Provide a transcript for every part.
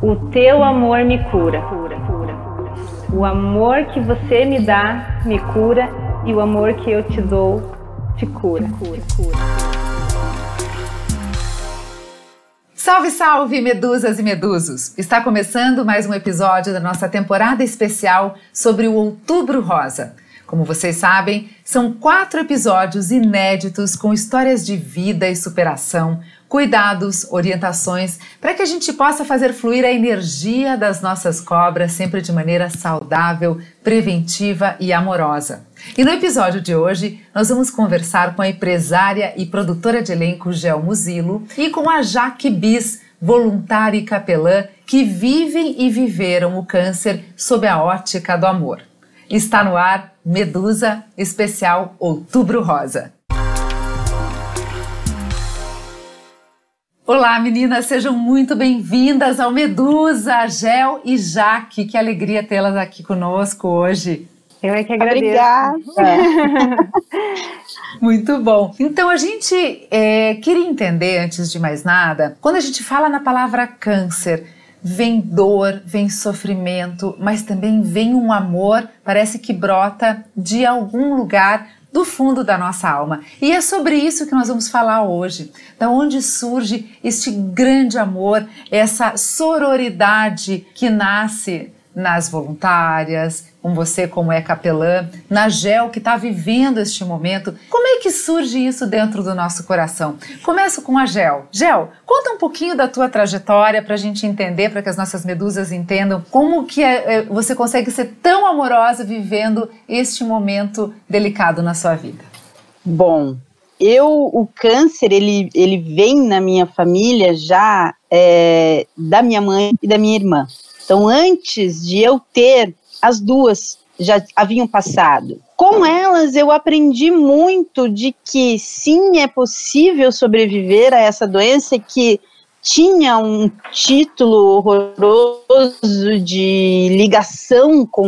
O teu amor me cura. O amor que você me dá me cura e o amor que eu te dou te cura. Salve, salve, medusas e medusos! Está começando mais um episódio da nossa temporada especial sobre o Outubro Rosa. Como vocês sabem, são 4 episódios inéditos com histórias de vida e superação, cuidados, orientações, para que a gente possa fazer fluir a energia das nossas cobras sempre de maneira saudável, preventiva e amorosa. E no episódio de hoje, nós vamos conversar com a empresária e produtora de elenco Gel Muzilo e com a Jaque Bis, voluntária e capelã, que vivem e viveram o câncer sob a ótica do amor. Está no ar Medusa Especial Outubro Rosa. Olá, meninas, sejam muito bem-vindas ao Medusa, Gel e Jaque. Que alegria tê-las aqui conosco hoje. Eu é que agradeço. Obrigada. Muito bom. Então, a gente queria entender, antes de mais nada, quando a gente fala na palavra câncer, vem dor, vem sofrimento, mas também vem um amor, parece que brota de algum lugar do fundo da nossa alma. E é sobre isso que nós vamos falar hoje. Da onde surge este grande amor, essa sororidade que nasce nas voluntárias, com você como é capelã, na Gel que está vivendo este momento. Como é que surge isso dentro do nosso coração? Começo com a Gel. Gel, conta um pouquinho da tua trajetória para a gente entender, para que as nossas medusas entendam como que você consegue ser tão amorosa vivendo este momento delicado na sua vida. Bom, o câncer, ele vem na minha família já da minha mãe e da minha irmã. Então, antes de eu ter, as duas já haviam passado. Com elas, eu aprendi muito de que sim, é possível sobreviver a essa doença que tinha um título horroroso de ligação com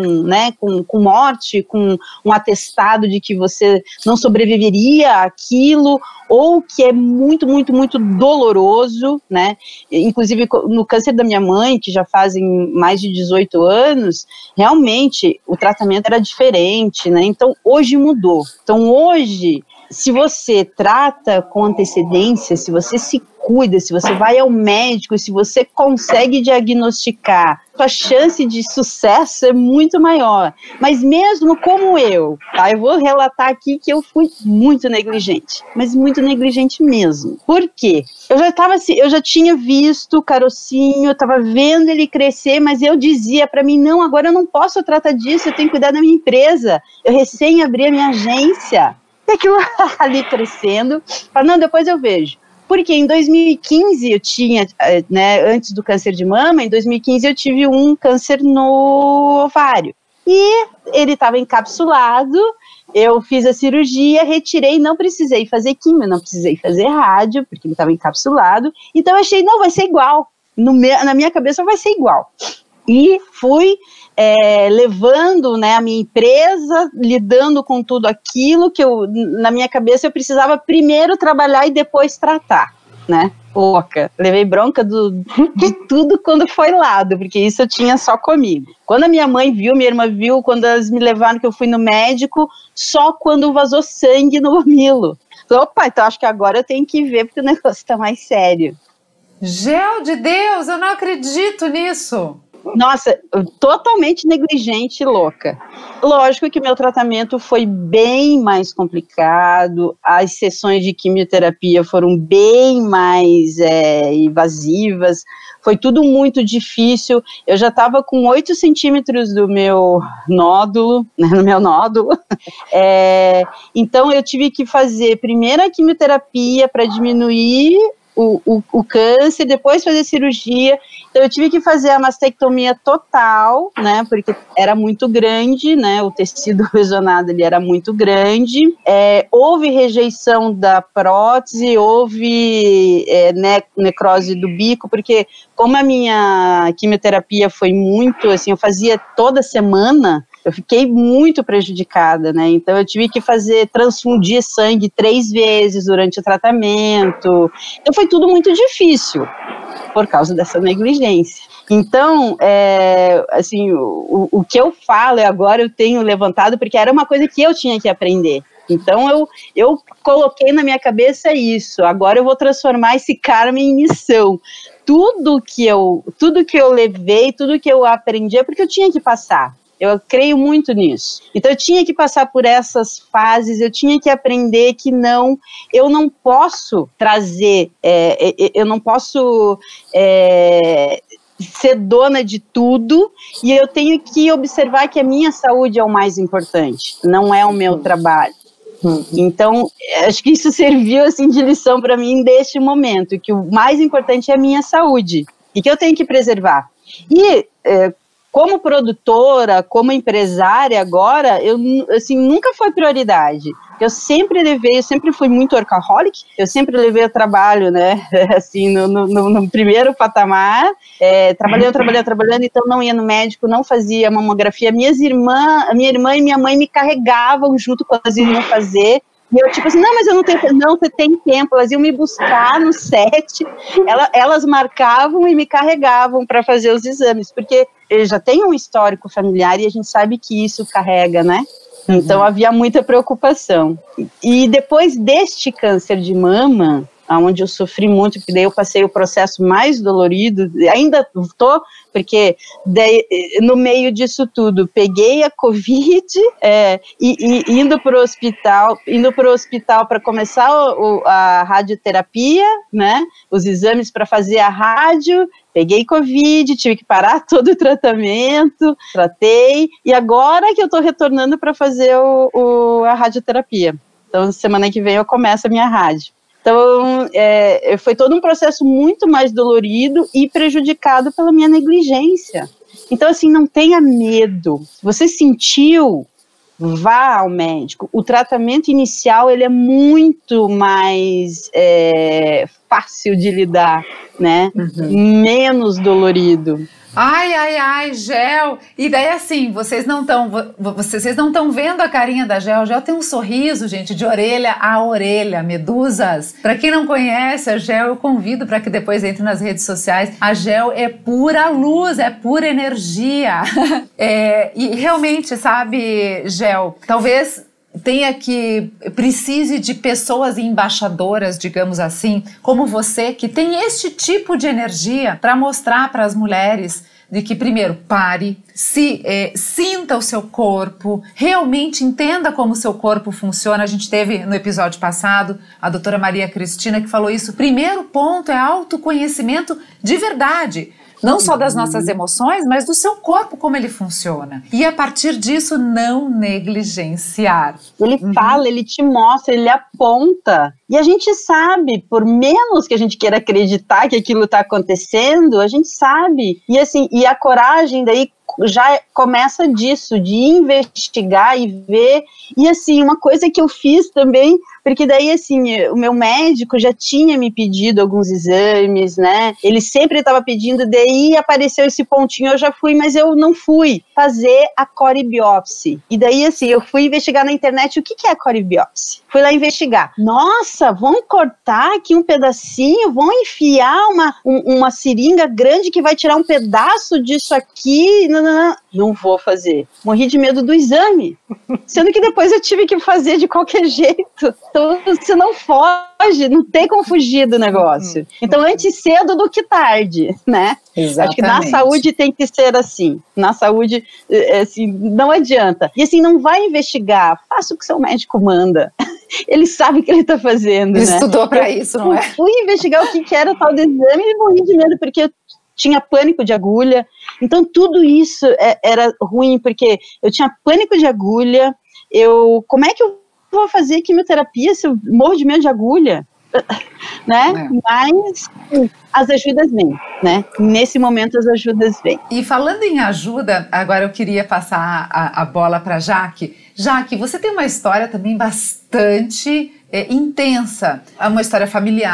morte, com um atestado de que você não sobreviveria àquilo, ou que é muito, muito, muito doloroso, né? Inclusive, no câncer da minha mãe, que já fazem mais de 18 anos, realmente o tratamento era diferente, né? Então, hoje mudou. Então, hoje, se você trata com antecedência, se você se cuida, se você vai ao médico, se você consegue diagnosticar, a chance de sucesso é muito maior. Mas mesmo como eu vou relatar aqui que eu fui muito negligente, mas muito negligente mesmo. Por quê? Eu já tinha visto o carocinho, eu estava vendo ele crescer, mas eu dizia para mim, não, agora eu não posso tratar disso, eu tenho que cuidar da minha empresa. Eu recém abri a minha agência. E aquilo ali crescendo, não, depois eu vejo. Porque em 2015 eu tinha, antes do câncer de mama, em 2015 eu tive um câncer no ovário. E ele estava encapsulado, eu fiz a cirurgia, retirei, não precisei fazer quimio, não precisei fazer rádio, porque ele estava encapsulado. Então eu achei, não, vai ser igual. Na minha cabeça vai ser igual. E fui levando, a minha empresa, lidando com tudo aquilo que na minha cabeça eu precisava primeiro trabalhar e depois tratar, né? Louca, levei bronca de tudo quando foi lado, porque isso eu tinha só comigo. Quando a minha mãe viu, minha irmã viu, quando elas me levaram que eu fui no médico, só quando vazou sangue no mamilo. Opa, então acho que agora eu tenho que ver porque o negócio tá mais sério. Gel de Deus, eu não acredito nisso! Nossa, totalmente negligente e louca. Lógico que meu tratamento foi bem mais complicado, as sessões de quimioterapia foram bem mais invasivas, foi tudo muito difícil. Eu já estava com 8 centímetros do meu nódulo, então eu tive que fazer primeiro a quimioterapia para diminuir o câncer, depois fazer cirurgia. Então eu tive que fazer a mastectomia total, né, porque era muito grande, né, o tecido lesionado ele era muito grande, houve rejeição da prótese, houve necrose do bico, porque como a minha quimioterapia foi muito, assim, eu fazia toda semana, eu fiquei muito prejudicada, né, então eu tive que transfundir sangue 3 vezes durante o tratamento, então foi tudo muito difícil. por causa dessa negligência. Então, assim, o que eu falo agora eu tenho levantado, porque era uma coisa que eu tinha que aprender. Então, eu coloquei na minha cabeça isso. Agora eu vou transformar esse karma em missão. Tudo que eu levei, tudo que eu aprendi é porque eu tinha que passar. Eu creio muito nisso. Então, eu tinha que passar por essas fases, eu tinha que aprender que eu não posso trazer, eu não posso ser dona de tudo, e eu tenho que observar que a minha saúde é o mais importante, não é o meu trabalho. Então, acho que isso serviu assim, de lição para mim neste momento, que o mais importante é a minha saúde, e que eu tenho que preservar. E como produtora, como empresária agora, eu assim, nunca foi prioridade. Eu sempre fui muito workaholic, eu sempre levei o trabalho, né, assim, no primeiro patamar, trabalhando, então não ia no médico, não fazia mamografia. Minha irmã e minha mãe me carregavam junto com elas iam fazer. E eu tipo assim, não, mas eu não tenho tempo. Não, você tem tempo. Elas iam me buscar no set, elas marcavam e me carregavam para fazer os exames, porque eu já tenho um histórico familiar e a gente sabe que isso carrega, né? Então havia muita preocupação. E depois deste câncer de mama, onde eu sofri muito, porque daí eu passei o processo mais dolorido, ainda estou, porque daí, no meio disso tudo, peguei a Covid, e indo para o hospital para começar a radioterapia, né, os exames para fazer a rádio, peguei Covid, tive que parar todo o tratamento, tratei, e agora que eu estou retornando para fazer a radioterapia. Então, semana que vem eu começo a minha rádio. Então, foi todo um processo muito mais dolorido e prejudicado pela minha negligência. Então, assim, não tenha medo. Se você sentiu, vá ao médico. O tratamento inicial, ele é muito mais fácil de lidar, né? Menos dolorido. Ai, Gel. E daí assim, vocês não estão vendo a carinha da Gel. A Gel tem um sorriso, gente, de orelha a orelha, medusas. Para quem não conhece a Gel, eu convido para que depois entre nas redes sociais. A Gel é pura luz, é pura energia. E realmente, sabe, Gel, talvez precise de pessoas embaixadoras, digamos assim, como você, que tem este tipo de energia para mostrar para as mulheres de que, primeiro, pare, sinta o seu corpo, realmente entenda como o seu corpo funciona. A gente teve no episódio passado a doutora Maria Cristina que falou isso. O primeiro ponto é autoconhecimento de verdade. Não só das nossas emoções, mas do seu corpo, como ele funciona. E a partir disso, não negligenciar. Ele fala, ele te mostra, ele aponta. E a gente sabe, por menos que a gente queira acreditar que aquilo está acontecendo, a gente sabe. E assim, e a coragem daí já começa disso, de investigar e ver. E assim, uma coisa que eu fiz também, porque daí assim, o meu médico já tinha me pedido alguns exames, né, ele sempre estava pedindo, daí apareceu esse pontinho, eu já fui, mas eu não fui fazer a coribiópsia. E daí assim, eu fui investigar na internet o que é a coribiópsia. Fui lá investigar. Nossa, vão cortar aqui um pedacinho, vão enfiar uma seringa grande que vai tirar um pedaço disso aqui. Não vou fazer. Morri de medo do exame. Sendo que depois eu tive que fazer de qualquer jeito. Então você não foge, não tem como fugir do negócio. Então antes cedo do que tarde, né? Exatamente. Acho que na saúde tem que ser assim. Na saúde, assim, não adianta. E assim, não vai investigar. Faça o que seu médico manda. Ele sabe o que ele está fazendo, ele estudou para isso, não é? Fui investigar o que era tal do exame e morri de medo, porque eu tinha pânico de agulha. Então tudo isso era ruim, porque eu tinha pânico de agulha. Como é que eu vou fazer quimioterapia se eu morro de medo de agulha? Né? Mas as ajudas vêm, né? Nesse momento as ajudas vêm. E falando em ajuda, agora eu queria passar a bola para Jaque. Jaque, você tem uma história também bastante intensa. É uma história familiar,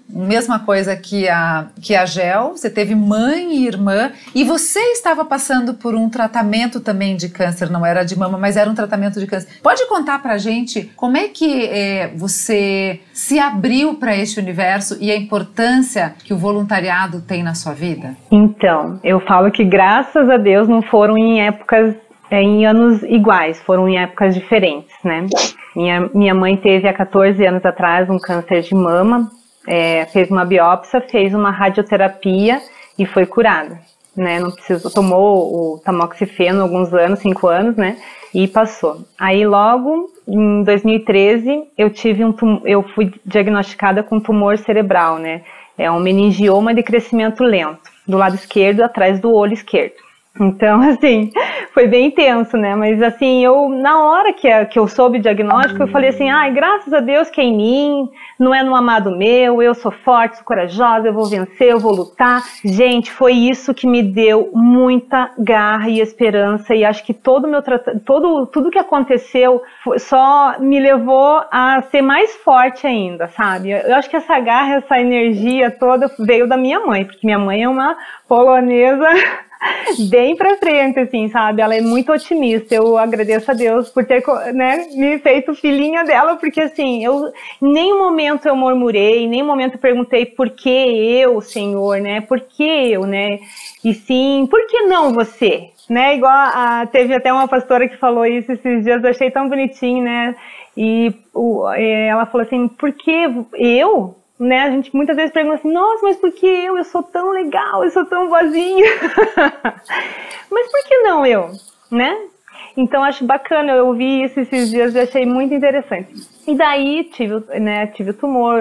mesma coisa que a Gel, você teve mãe e irmã, e você estava passando por um tratamento também de câncer, não era de mama, mas era um tratamento de câncer. Pode contar pra gente como é que você se abriu para esse universo e a importância que o voluntariado tem na sua vida? Então, eu falo que graças a Deus não foram em anos iguais, foram em épocas diferentes, né? Minha mãe teve há 14 anos atrás um câncer de mama, fez uma biópsia, fez uma radioterapia e foi curada, né? Não precisou, tomou o tamoxifeno alguns anos, 5 anos, né? E passou. Aí logo em 2013 eu fui diagnosticada com tumor cerebral, né? É um meningioma de crescimento lento, do lado esquerdo, atrás do olho esquerdo. Então, assim, foi bem intenso, né? Mas, assim, na hora que eu soube o diagnóstico, eu falei assim, graças a Deus que é em mim, não é no amado meu, eu sou forte, sou corajosa, eu vou vencer, eu vou lutar. Gente, foi isso que me deu muita garra e esperança, e acho que tudo que aconteceu só me levou a ser mais forte ainda, sabe? Eu acho que essa garra, essa energia toda veio da minha mãe, porque minha mãe é uma polonesa bem pra frente, assim, sabe? Ela é muito otimista. Eu agradeço a Deus por ter, né, me feito filhinha dela, porque, assim, em nenhum momento eu murmurei, em nenhum momento eu perguntei por que eu, Senhor, né? Por que eu, né? E sim, por que não você? Né? Igual teve até uma pastora que falou isso esses dias, eu achei tão bonitinho, né? E ela falou assim, por que eu? Né, a gente muitas vezes pergunta assim, nossa, mas por que eu sou tão legal, eu sou tão boazinha? Mas por que não eu, né? Então acho bacana, eu ouvi isso esses dias e achei muito interessante. E daí tive o tumor,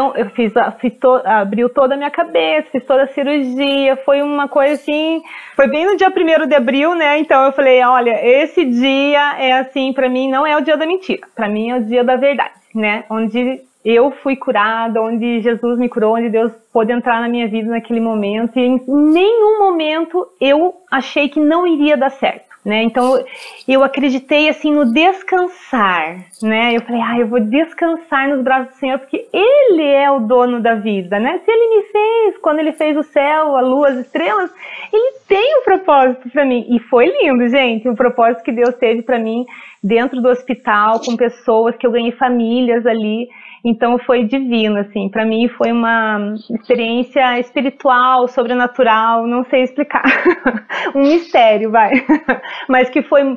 abriu toda a minha cabeça, fiz toda a cirurgia, foi uma coisa assim, foi bem no dia 1º de abril, né? Então eu falei, olha, esse dia é assim, pra mim não é o dia da mentira, pra mim é o dia da verdade, né? Onde eu fui curada, onde Jesus me curou, onde Deus pôde entrar na minha vida naquele momento, e em nenhum momento eu achei que não iria dar certo, né? Então eu acreditei assim no descansar, né? Eu falei, eu vou descansar nos braços do Senhor, porque Ele é o dono da vida, né? Se Ele me fez, quando Ele fez o céu, a lua, as estrelas, Ele tem um propósito para mim. E foi lindo, gente, o propósito que Deus teve para mim dentro do hospital, com pessoas que eu ganhei famílias ali. Então foi divino, assim, para mim foi uma experiência espiritual, sobrenatural, não sei explicar, um mistério, mas que foi,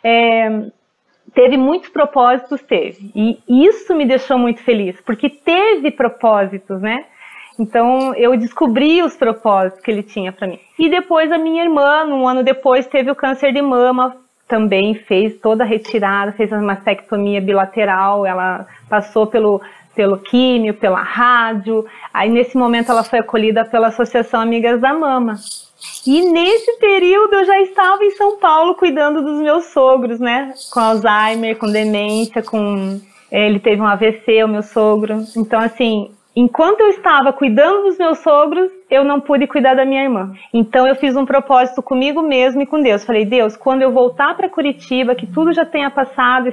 teve muitos propósitos, e isso me deixou muito feliz, porque teve propósitos, né? Então eu descobri os propósitos que Ele tinha para mim. E depois a minha irmã, um ano depois, teve o câncer de mama, também fez toda a retirada, fez uma mastectomia bilateral, ela passou pelo químio, pela rádio, aí nesse momento ela foi acolhida pela Associação Amigas da Mama. E nesse período eu já estava em São Paulo cuidando dos meus sogros, né, com Alzheimer, com demência, ele teve um AVC, o meu sogro. Então assim, enquanto eu estava cuidando dos meus sogros, eu não pude cuidar da minha irmã. Então eu fiz um propósito comigo mesmo e com Deus. Falei, Deus, quando eu voltar para Curitiba, que tudo já tenha passado,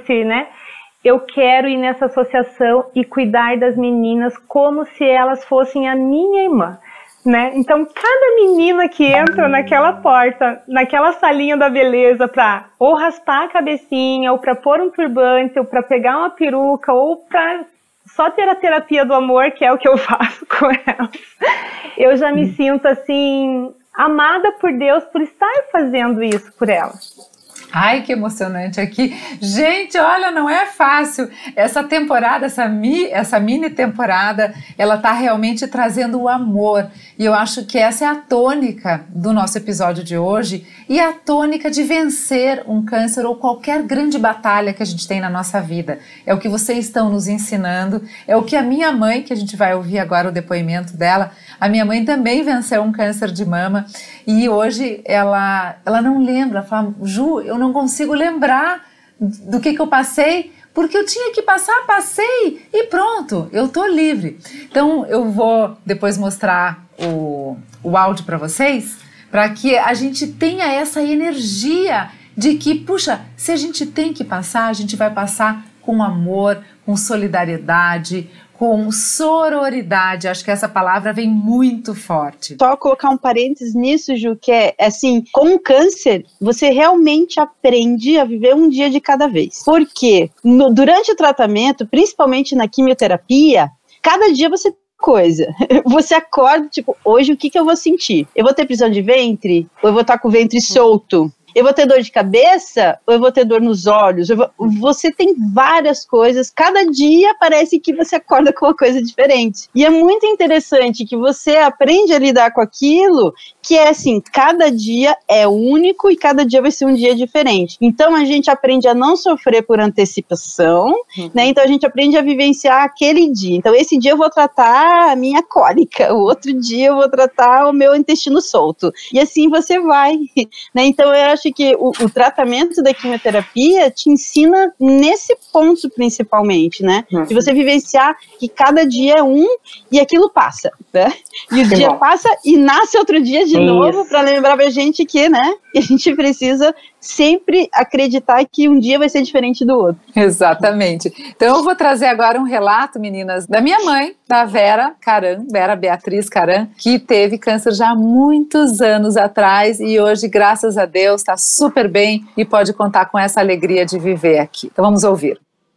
eu quero ir nessa associação e cuidar das meninas como se elas fossem a minha irmã, né? Então cada menina que entra naquela porta, naquela salinha da beleza para ou raspar a cabecinha, ou para pôr um turbante, ou para pegar uma peruca, ou para só ter a terapia do amor, que é o que eu faço com elas, eu já me sinto assim, amada por Deus por estar fazendo isso por elas. Ai, que emocionante aqui. Gente, olha, não é fácil. Essa temporada, essa mini temporada, ela tá realmente trazendo o amor. E eu acho que essa é a tônica do nosso episódio de hoje e a tônica de vencer um câncer ou qualquer grande batalha que a gente tem na nossa vida. É o que vocês estão nos ensinando, é o que a minha mãe, que a gente vai ouvir agora o depoimento dela, a minha mãe também venceu um câncer de mama e hoje ela não lembra, ela fala, Ju, eu não consigo lembrar do que eu passei, porque eu tinha que passar, passei e pronto, eu tô livre. Então eu vou depois mostrar o áudio para vocês, para que a gente tenha essa energia de que, puxa, se a gente tem que passar, a gente vai passar com amor, com solidariedade, com sororidade. Acho que essa palavra vem muito forte. Só colocar um parênteses nisso, Ju, que é assim, com o câncer, você realmente aprende a viver um dia de cada vez. Porque durante o tratamento, principalmente na quimioterapia, cada dia você coisa. Você acorda, tipo, hoje o que eu vou sentir? Eu vou ter prisão de ventre? Ou eu vou estar com o ventre solto? Eu vou ter dor de cabeça ou eu vou ter dor nos olhos? Você tem várias coisas, cada dia parece que você acorda com uma coisa diferente. E é muito interessante que você aprende a lidar com aquilo, que é assim, cada dia é único e cada dia vai ser um dia diferente. Então a gente aprende a não sofrer por antecipação, né? Então a gente aprende a vivenciar aquele dia. Então esse dia eu vou tratar a minha cólica, o outro dia eu vou tratar o meu intestino solto. E assim você vai, né? Então eu acho que o tratamento da quimioterapia te ensina nesse ponto principalmente, né? De você vivenciar que cada dia é um e aquilo passa, né? E o dia passa e nasce outro dia de novo para lembrar pra gente que, né? A gente precisa sempre acreditar que um dia vai ser diferente do outro. Exatamente. Então eu vou trazer agora um relato, meninas, da minha mãe, da Vera Beatriz Caran, que teve câncer já há muitos anos atrás e hoje, graças a Deus, está super bem e pode contar com essa alegria de viver aqui. Então vamos ouvir.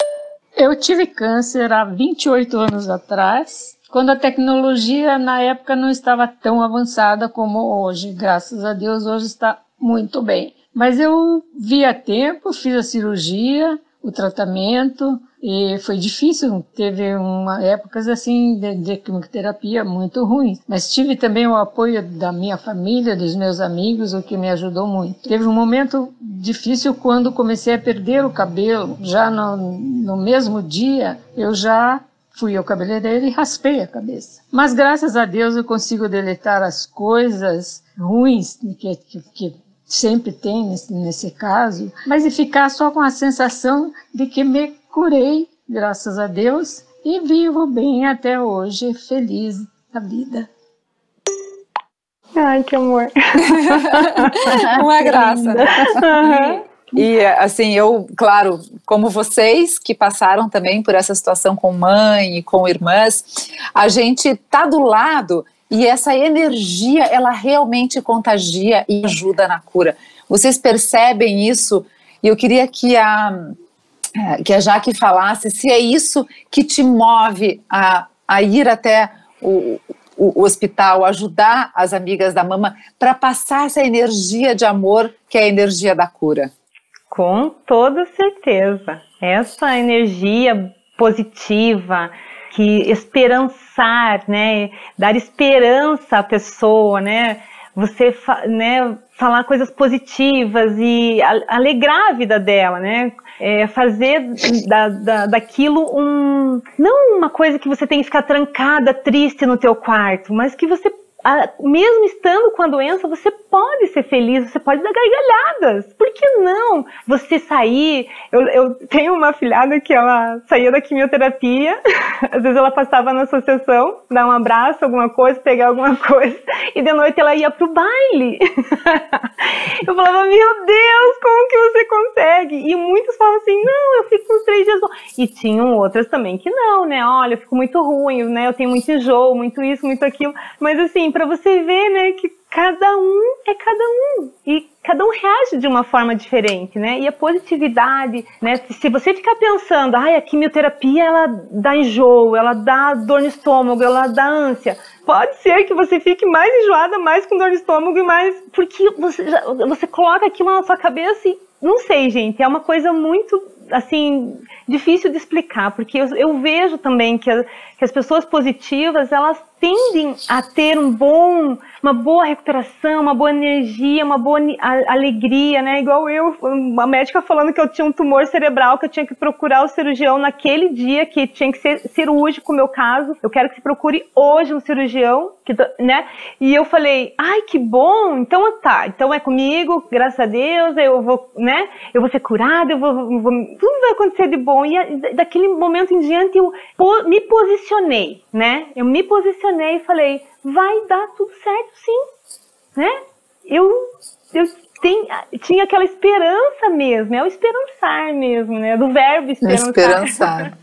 Eu tive câncer há 28 anos atrás, quando a tecnologia na época não estava tão avançada como hoje. Graças a Deus, hoje está muito bem. Mas eu vi a tempo, fiz a cirurgia, o tratamento, e foi difícil. Teve épocas assim de quimioterapia muito ruins. Mas tive também o apoio da minha família, dos meus amigos, o que me ajudou muito. Teve um momento difícil quando comecei a perder o cabelo. Já no mesmo dia, eu já fui ao cabeleireiro e raspei a cabeça. Mas graças a Deus eu consigo deletar as coisas ruins que sempre tem nesse caso, mas e ficar só com a sensação de que me curei, graças a Deus, e vivo bem até hoje, feliz da vida. Ai, que amor. Uma graça. E assim, eu, claro, como vocês que passaram também por essa situação com mãe e com irmãs, a gente tá do lado. E essa energia, ela realmente contagia e ajuda na cura. Vocês percebem isso? E eu queria que a Jaque falasse se é isso que te move a ir até o hospital, ajudar as amigas da mama, para passar essa energia de amor, que é a energia da cura. Com toda certeza. Essa energia positiva, que esperançar, né, dar esperança à pessoa, né, você falar coisas positivas e alegrar a vida dela, né, fazer daquilo não uma coisa que você tem que ficar trancada, triste no teu quarto, mas que você, mesmo estando com a doença, você pode ser feliz, você pode dar gargalhadas. Por que não? Você sair... Eu tenho uma afilhada que ela saía da quimioterapia, às vezes ela passava na associação, dar um abraço, alguma coisa, pegar alguma coisa, e de noite ela ia pro baile. Eu falava, meu Deus, como que você consegue? E muitos falavam assim, não, eu fico uns 3 dias... E tinham outras também que não, né? Olha, eu fico muito ruim, né? Eu tenho muito enjoo, muito isso, muito aquilo. Mas assim, para você ver, né, que cada um é cada um e cada um reage de uma forma diferente, né? E a positividade, né? Se você ficar pensando, a quimioterapia ela dá enjoo, ela dá dor no estômago, ela dá ânsia, pode ser que você fique mais enjoada, mais com dor no estômago e mais porque você coloca aquilo na sua cabeça e não sei, gente, é uma coisa muito assim difícil de explicar, porque eu vejo também que as pessoas positivas, elas tendem a ter uma boa recuperação, uma boa energia, uma boa alegria, né? Igual a médica falando que eu tinha um tumor cerebral, que eu tinha que procurar o cirurgião naquele dia, que tinha que ser cirúrgico o meu caso. Eu quero que você procure hoje um cirurgião, né? E eu falei, ai, que bom, então tá, então é comigo, graças a Deus, eu vou, né? Eu vou ser curada, tudo vai acontecer de bom. E daquele momento em diante eu me posicionei, né? Eu me posicionei e falei, vai dar tudo certo sim, né? Eu tinha aquela esperança mesmo, é o esperançar mesmo, né? Do verbo esperançar. Esperançar,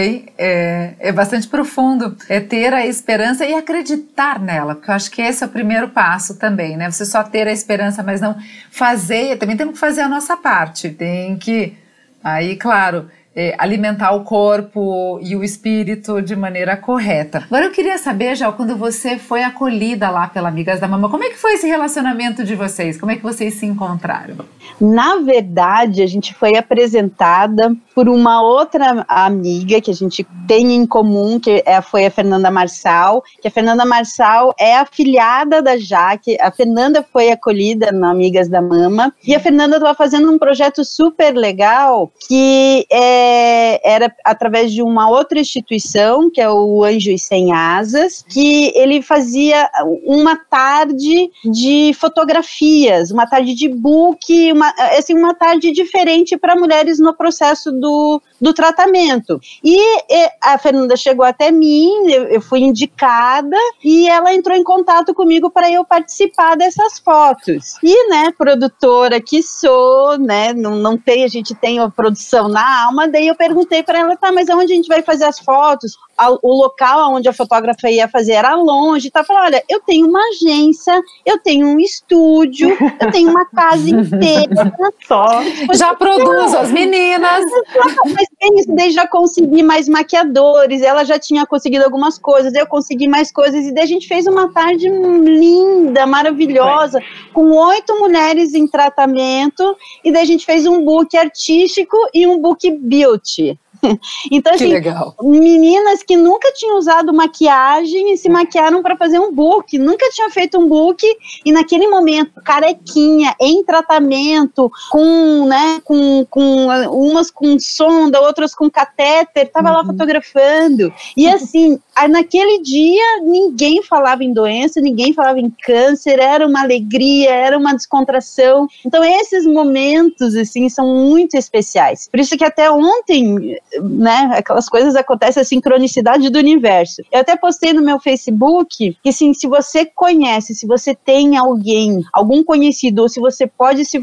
é bastante profundo, é ter a esperança e acreditar nela, porque eu acho que esse é o primeiro passo também, né? Você só ter a esperança, mas não fazer, também temos que fazer a nossa parte, tem que, aí claro, alimentar o corpo e o espírito de maneira correta. Agora eu queria saber, já quando você foi acolhida lá pela Amigas da Mama, como é que foi esse relacionamento de vocês? Como é que vocês se encontraram? Na verdade, a gente foi apresentada por uma outra amiga que a gente tem em comum, que foi a Fernanda Marçal, que a Fernanda Marçal é afilhada da Jaque. A Fernanda foi acolhida no Amigas da Mama, e a Fernanda estava fazendo um projeto super legal, que era através de uma outra instituição, que é o Anjos Sem Asas, que ele fazia uma tarde de fotografias, uma tarde de book, uma tarde diferente para mulheres no processo do tratamento. E a Fernanda chegou até mim, eu fui indicada, e ela entrou em contato comigo para eu participar dessas fotos. E, né, produtora que sou, né, a gente tem a produção na alma, daí eu perguntei para ela, tá, mas aonde a gente vai fazer as fotos? O local onde a fotógrafa ia fazer era longe, tá? Eu falei, olha, eu tenho uma agência, eu tenho um estúdio, eu tenho uma casa inteira. Só. Já produzo as meninas. Mas bem isso, daí já consegui mais maquiadores, ela já tinha conseguido algumas coisas, eu consegui mais coisas, e daí a gente fez uma tarde linda, maravilhosa, com 8 mulheres em tratamento, e daí a gente fez um book artístico e um book beauty. Então, assim, meninas que nunca tinham usado maquiagem e se maquiaram para fazer um book, nunca tinham feito um book, e naquele momento, carequinha, em tratamento, com umas com sonda, outras com catéter, tava lá fotografando, e assim, naquele dia, ninguém falava em doença, ninguém falava em câncer, era uma alegria, era uma descontração. Então, esses momentos, assim, são muito especiais. Por isso que até ontem, né, aquelas coisas acontecem, a sincronicidade do universo. Eu até postei no meu Facebook que, assim, se você conhece, se você tem algum conhecido, ou se você pode ser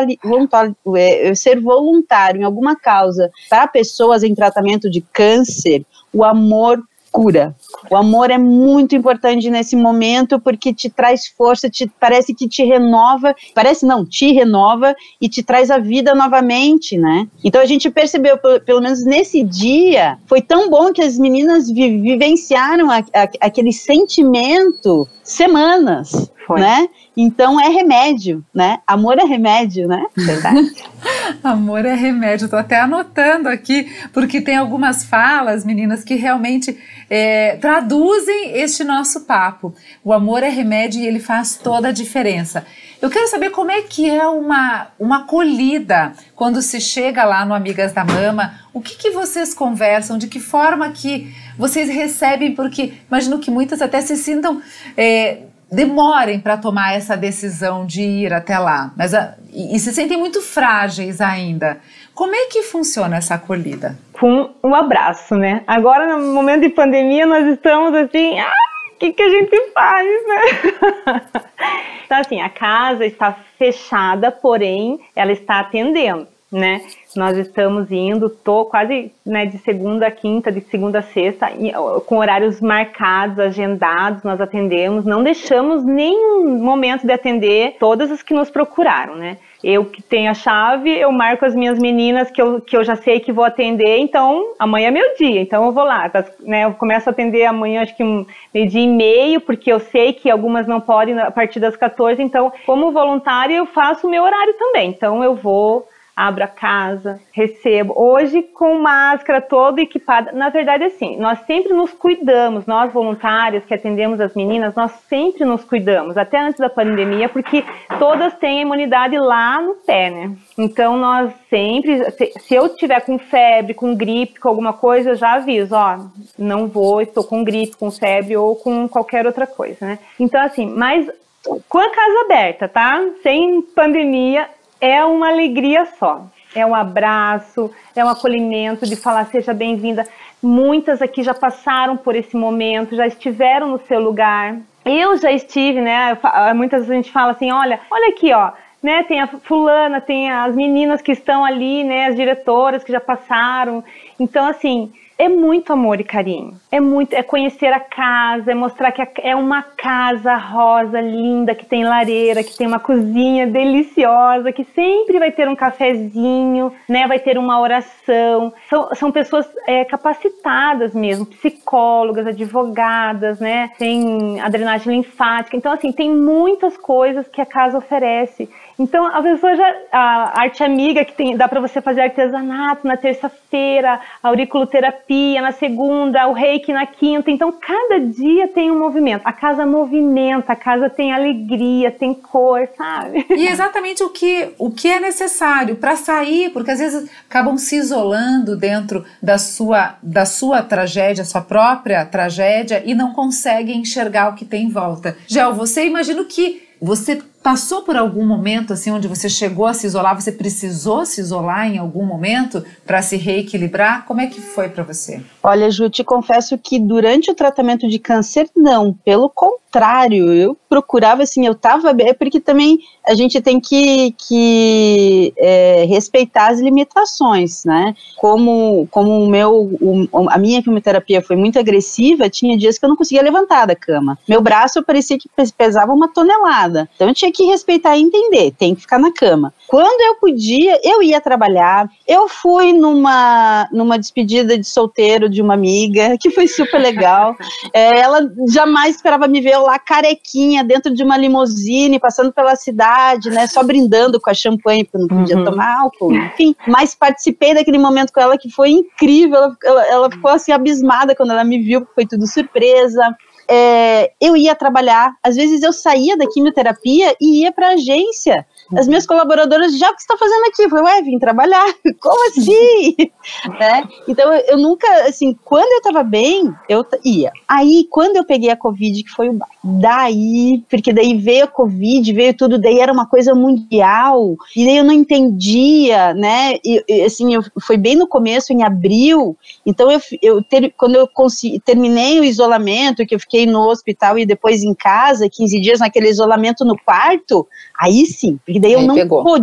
voluntário em alguma causa para pessoas em tratamento de câncer, o amor cura. O amor é muito importante nesse momento, porque te traz força, parece que te renova, te renova e te traz a vida novamente, né? Então a gente percebeu, pelo menos nesse dia, foi tão bom que as meninas vivenciaram aquele sentimento semanas, né? Então é remédio, né? Amor é remédio, né? Verdade. Amor é remédio, tô até anotando aqui, porque tem algumas falas, meninas, que realmente traduzem este nosso papo. O amor é remédio e ele faz toda a diferença. Eu quero saber como é que é uma acolhida quando se chega lá no Amigas da Mama. O que vocês conversam, de que forma que vocês recebem, porque imagino que muitas até se sintam... demorem para tomar essa decisão de ir até lá, mas e se sentem muito frágeis ainda. Como é que funciona essa acolhida? Com um abraço, né? Agora, no momento de pandemia, nós estamos assim, o que a gente faz, né? Então, assim, a casa está fechada, porém, ela está atendendo, né? Nós estamos indo, quase, né, de segunda a quinta, de segunda a sexta, com horários marcados, agendados, nós atendemos, não deixamos nenhum momento de atender todas as que nos procuraram, né? Eu que tenho a chave, eu marco as minhas meninas que eu já sei que vou atender, então amanhã é meu dia, então eu vou lá, né? Eu começo a atender amanhã, acho que 12:30, porque eu sei que algumas não podem a partir das 14, então como voluntária eu faço o meu horário também, então eu vou... abro a casa, recebo, hoje com máscara toda equipada. Na verdade, assim, nós sempre nos cuidamos, nós voluntárias que atendemos as meninas, nós sempre nos cuidamos, até antes da pandemia, porque todas têm a imunidade lá no pé, né? Então, nós sempre, se eu tiver com febre, com gripe, com alguma coisa, eu já aviso, não vou, estou com gripe, com febre ou com qualquer outra coisa, né? Então, assim, mas com a casa aberta, tá? Sem pandemia, é uma alegria só, é um abraço, é um acolhimento de falar seja bem-vinda. Muitas aqui já passaram por esse momento, já estiveram no seu lugar. Eu já estive, né? Muitas vezes a gente fala assim, olha aqui, né? Tem a fulana, tem as meninas que estão ali, né? As diretoras que já passaram. Então, assim, é muito amor e carinho. É conhecer a casa, é mostrar que é uma casa rosa, linda, que tem lareira, que tem uma cozinha deliciosa, que sempre vai ter um cafezinho, né? Vai ter uma oração. São pessoas capacitadas mesmo, psicólogas, advogadas, né? Tem a drenagem linfática. Então, assim, tem muitas coisas que a casa oferece. Então, a pessoa a arte amiga, que dá para você fazer artesanato na terça-feira, a auriculoterapia na segunda, o reiki na quinta. Então, cada dia tem um movimento. A casa movimenta, a casa tem alegria, tem cor, sabe? E exatamente o que é necessário para sair, porque às vezes acabam se isolando dentro da sua tragédia, sua própria tragédia, e não conseguem enxergar o que tem em volta. Gel, você imagino que você passou por algum momento assim onde você chegou a se isolar, você precisou se isolar em algum momento para se reequilibrar? Como é que foi para você? Olha, Ju, te confesso que durante o tratamento de câncer, não. Pelo contrário, eu procurava, assim, eu estava bem, porque também a gente tem que respeitar as limitações, né? Como a minha quimioterapia foi muito agressiva, tinha dias que eu não conseguia levantar da cama. Meu braço parecia que pesava 1 tonelada. Então eu tinha que respeitar e entender, tem que ficar na cama. Quando eu podia, eu ia trabalhar. Eu fui numa despedida de solteiro de uma amiga, que foi super legal. Ela jamais esperava me ver lá carequinha, dentro de uma limusine, passando pela cidade, né, só brindando com a champanhe, porque eu não podia tomar álcool, enfim. Mas participei daquele momento com ela, que foi incrível. Ela ficou assim abismada quando ela me viu, porque foi tudo surpresa. Eu ia trabalhar, às vezes eu saía da quimioterapia e ia para a agência. As minhas colaboradoras, já o que você está fazendo aqui? Eu falei, vim trabalhar, como assim? Né? Então eu nunca, assim, quando eu estava bem, eu ia. Aí quando eu peguei a Covid, que foi porque daí veio a Covid, veio tudo, daí era uma coisa mundial, e daí eu não entendia, né, foi bem no começo, em abril, então quando eu terminei o isolamento, que eu fiquei no hospital e depois em casa, 15 dias naquele isolamento no quarto, aí sim, porque daí eu não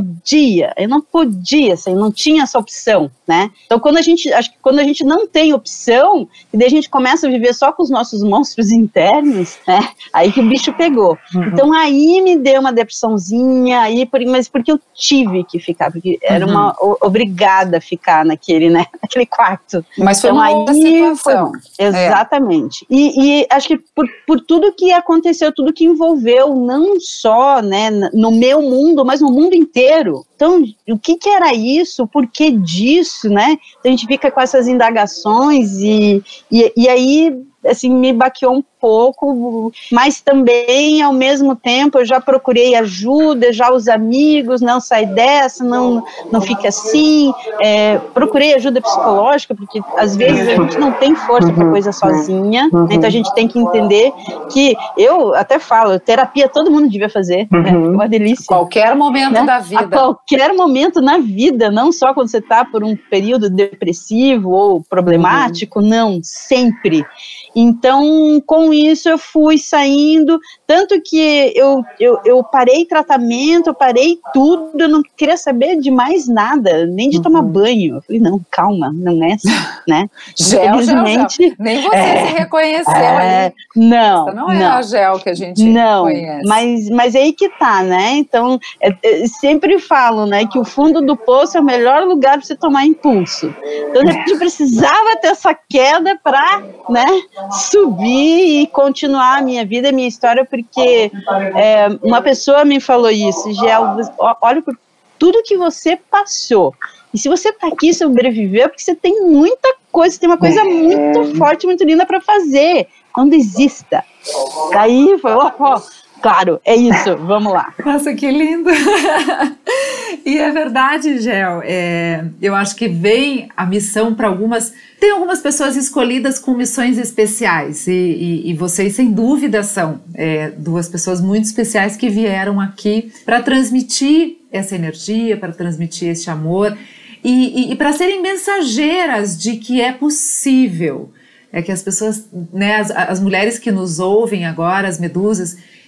podia, assim, não tinha essa opção, né, então acho que quando a gente não tem opção, e daí a gente começa a viver só com os nossos monstros internos, né, aí que o bicho pegou. Então aí me deu uma depressãozinha, mas porque eu tive que ficar, porque era uma obrigada a ficar naquele quarto. Mas foi então, uma outra situação. Exatamente. E acho que por tudo que aconteceu, tudo que envolveu, não só, né, no meu mundo, mas no mundo inteiro. Então, o que era isso? O porquê disso, né? Então, a gente fica com essas indagações e aí, assim, me baqueou um pouco, mas também, ao mesmo tempo, eu já procurei ajuda, já os amigos, não sai dessa, não fica assim, procurei ajuda psicológica, porque às vezes a gente não tem força para coisa sozinha, né? Então a gente tem que entender que, eu até falo, terapia todo mundo devia fazer, né? É uma delícia. Qualquer momento, né, da vida. A qualquer momento na vida, não só quando você está por um período depressivo ou problemático, não, sempre. Então, com isso eu fui saindo, tanto que eu parei tratamento, eu parei tudo, eu não queria saber de mais nada, nem de tomar banho. Eu falei, não, calma, não é assim, né? Gel. Nem você se reconheceu aí. Não. Essa não é a Gel que a gente conhece. Mas aí que tá, né? Então, sempre falo, né, que o fundo do poço é o melhor lugar para você tomar impulso. Então, a gente precisava ter essa queda para, né, subir e continuar a minha vida, a minha história, porque uma pessoa me falou isso, Gel, olha por tudo que você passou. E se você tá aqui, sobreviveu, porque você tem muita coisa, você tem uma coisa muito forte, muito linda para fazer. Não desista. Daí foi, claro, é isso, vamos lá. Nossa, que lindo! E é verdade, Gel, eu acho que vem a missão para tem algumas pessoas escolhidas com missões especiais, e vocês sem dúvida são 2 pessoas muito especiais que vieram aqui para transmitir essa energia, para transmitir esse amor, e para serem mensageiras de que é possível, que as pessoas, né, as mulheres que nos ouvem agora, as medusas,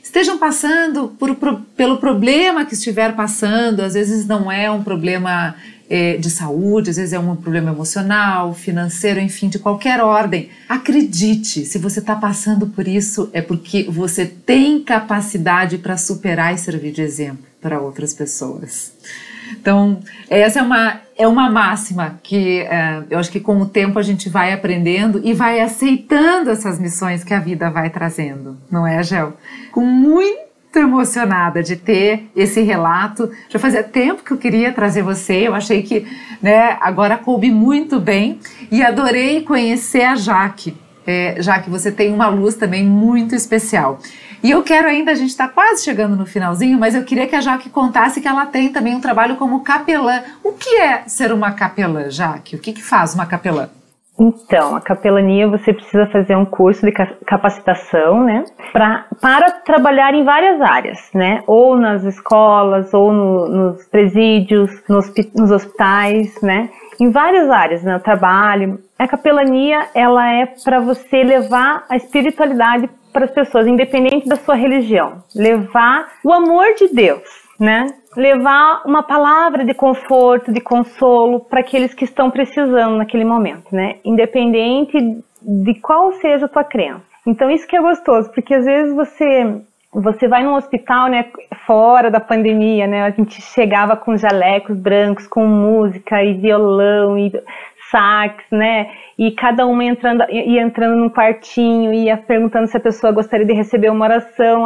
estejam passando pelo problema que estiver passando. Às vezes não é um problema de saúde, às vezes é um problema emocional, financeiro, enfim, de qualquer ordem. Acredite, se você está passando por isso, é porque você tem capacidade para superar e servir de exemplo para outras pessoas. Então, essa é uma máxima que eu acho que com o tempo a gente vai aprendendo e vai aceitando essas missões que a vida vai trazendo, não é, Gel? Com muito emocionada de ter esse relato. Já fazia tempo que eu queria trazer você, eu achei que, né, agora coube muito bem e adorei conhecer a Jaque. Jaque, você tem uma luz também muito especial. E eu quero ainda, a gente está quase chegando no finalzinho, mas eu queria que a Jaque contasse que ela tem também um trabalho como capelã. O que é ser uma capelã, Jaque? O que faz uma capelã? Então, a capelania você precisa fazer um curso de capacitação, né, para trabalhar em várias áreas, né, ou nas escolas, ou nos presídios, nos hospitais, né, em várias áreas, né, trabalho. A capelania, ela é para você levar a espiritualidade para as pessoas, independente da sua religião, levar o amor de Deus, né, levar uma palavra de conforto, de consolo para aqueles que estão precisando naquele momento, né? Independente de qual seja a tua crença. Então isso que é gostoso, porque às vezes você vai num hospital, né, fora da pandemia, né? A gente chegava com jalecos brancos, com música e violão e sax, né? E cada uma ia entrando num quartinho, ia perguntando se a pessoa gostaria de receber uma oração.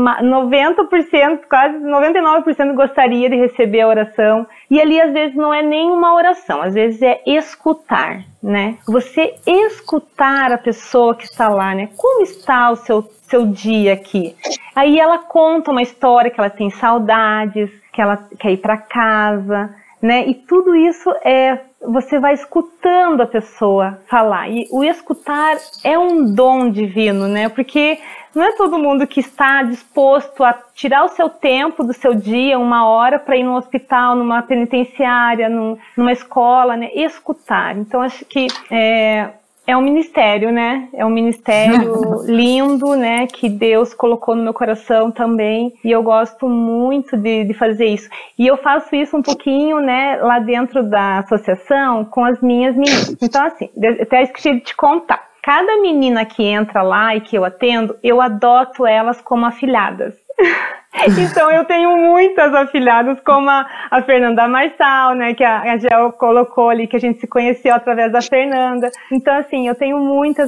90%, quase 99% gostaria de receber a oração. E ali, às vezes, não é nem uma oração, às vezes é escutar, né? Você escutar a pessoa que está lá, né? Como está o seu dia aqui? Aí ela conta uma história que ela tem saudades, que ela quer ir para casa, né? E tudo isso você vai escutando a pessoa falar. E o escutar é um dom divino, né? Porque não é todo mundo que está disposto a tirar o seu tempo do seu dia, 1 hora, para ir num hospital, numa penitenciária, numa escola, né? Escutar. Então, acho que é um ministério, né? É um ministério lindo, né? Que Deus colocou no meu coração também. E eu gosto muito de fazer isso. E eu faço isso um pouquinho, né? Lá dentro da associação com as minhas meninas. Então, assim, até esqueci de te contar. Cada menina que entra lá e que eu atendo, eu adoto elas como afilhadas. Então eu tenho muitas afilhadas, como a Fernanda Marçal, né, que a Gel colocou ali, que a gente se conheceu através da Fernanda. Então, assim, eu tenho muitas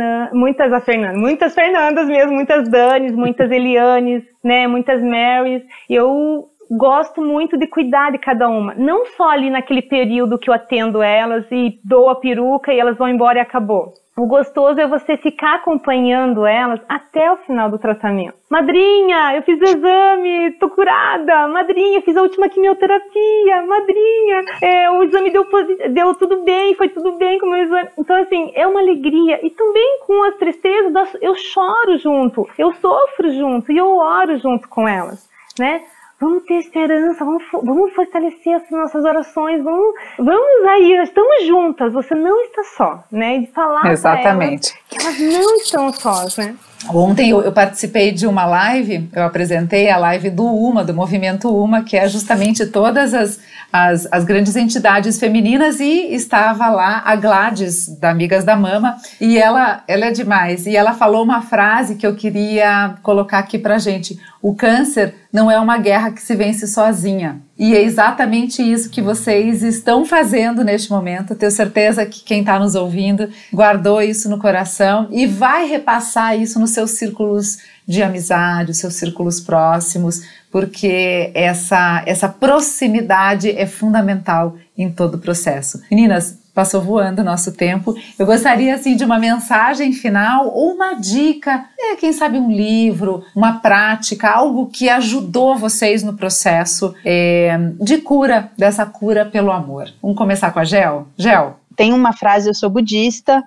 Fernandas mesmo, muitas Danis, muitas Elianes, né, muitas Marys. Eu gosto muito de cuidar de cada uma, não só ali naquele período que eu atendo elas e dou a peruca e elas vão embora e acabou. O gostoso é você ficar acompanhando elas até o final do tratamento. Madrinha, eu fiz o exame, tô curada. Madrinha, fiz a última quimioterapia. Madrinha, o exame deu tudo bem, foi tudo bem com o meu exame. Então, assim, é uma alegria. E também com as tristezas, eu choro junto, eu sofro junto e eu oro junto com elas, né? Vamos ter esperança, vamos fortalecer as nossas orações, vamos aí, estamos juntas, você não está só, né? E de falar exatamente que elas não estão sós, né? Ontem eu participei de uma live, eu apresentei a live do Movimento UMA, que é justamente todas as grandes entidades femininas, e estava lá a Gladys, da Amigas da Mama, e ela é demais, e ela falou uma frase que eu queria colocar aqui pra gente: o câncer não é uma guerra que se vence sozinha. E é exatamente isso que vocês estão fazendo neste momento. Tenho certeza que quem está nos ouvindo guardou isso no coração e vai repassar isso nos seus círculos de amizade, os seus círculos próximos, porque essa proximidade é fundamental em todo o processo. Meninas, passou voando o nosso tempo. Eu gostaria, assim, de uma mensagem final ou uma dica, quem sabe um livro, uma prática, algo que ajudou vocês no processo de cura, dessa cura pelo amor. Vamos começar com a Gel? Gel? Tem uma frase, eu sou budista,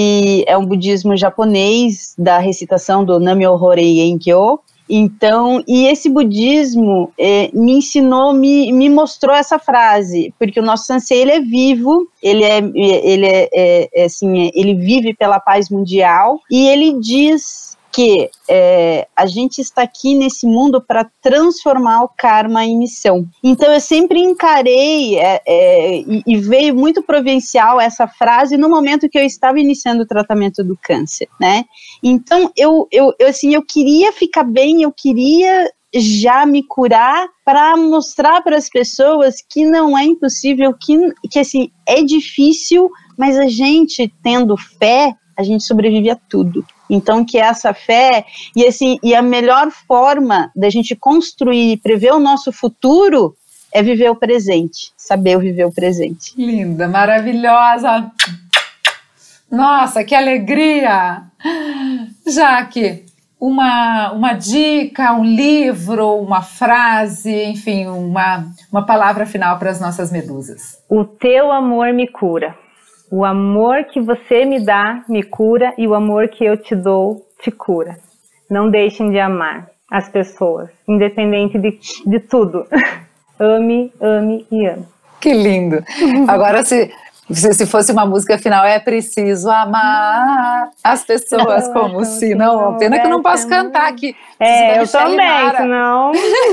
e é um budismo japonês, da recitação do Nam-myoho-renge Enkyo. Então, e esse budismo me ensinou, me mostrou essa frase, porque o nosso sensei, ele é vivo, ele vive pela paz mundial, e ele diz porque a gente está aqui nesse mundo para transformar o karma em missão. Então eu sempre encarei e veio muito providencial essa frase no momento que eu estava iniciando o tratamento do câncer, né? Então eu queria ficar bem, eu queria já me curar para mostrar para as pessoas que não é impossível, que assim, é difícil, mas a gente tendo fé, a gente sobrevive a tudo. Então, que essa fé, e a melhor forma da gente construir e prever o nosso futuro é viver o presente, saber viver o presente. Linda, maravilhosa. Nossa, que alegria! Jaque, uma dica, um livro, uma frase, enfim, uma palavra final para as nossas medusas. O teu amor me cura. O amor que você me dá me cura e o amor que eu te dou te cura. Não deixem de amar as pessoas, independente de tudo. Ame, ame e ame. Que lindo! Agora, se fosse uma música final, é preciso amar as pessoas como se não... Pena que eu não posso cantar aqui. Eu também, senão...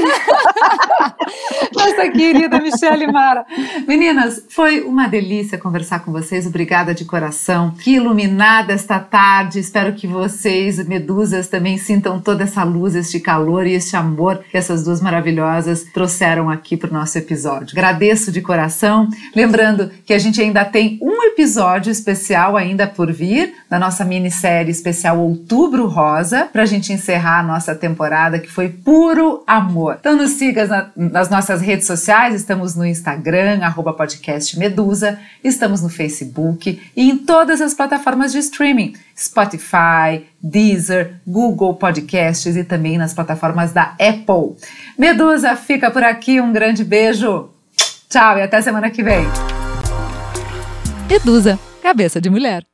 Nossa querida Michele Mara. Meninas, foi uma delícia conversar com vocês. Obrigada de coração. Que iluminada esta tarde. Espero que vocês, medusas, também sintam toda essa luz, este calor e este amor que essas duas maravilhosas trouxeram aqui para o nosso episódio. Agradeço de coração. Lembrando que a gente ainda tem um episódio especial ainda por vir, da nossa minissérie especial Outubro Rosa, para a gente encerrar a nossa temporada, que foi puro amor. Então nos siga nas nossas redes sociais, estamos no Instagram, @podcastmedusa, estamos no Facebook e em todas as plataformas de streaming, Spotify, Deezer, Google Podcasts e também nas plataformas da Apple. Medusa fica por aqui, um grande beijo, tchau e até semana que vem. Medusa, cabeça de mulher.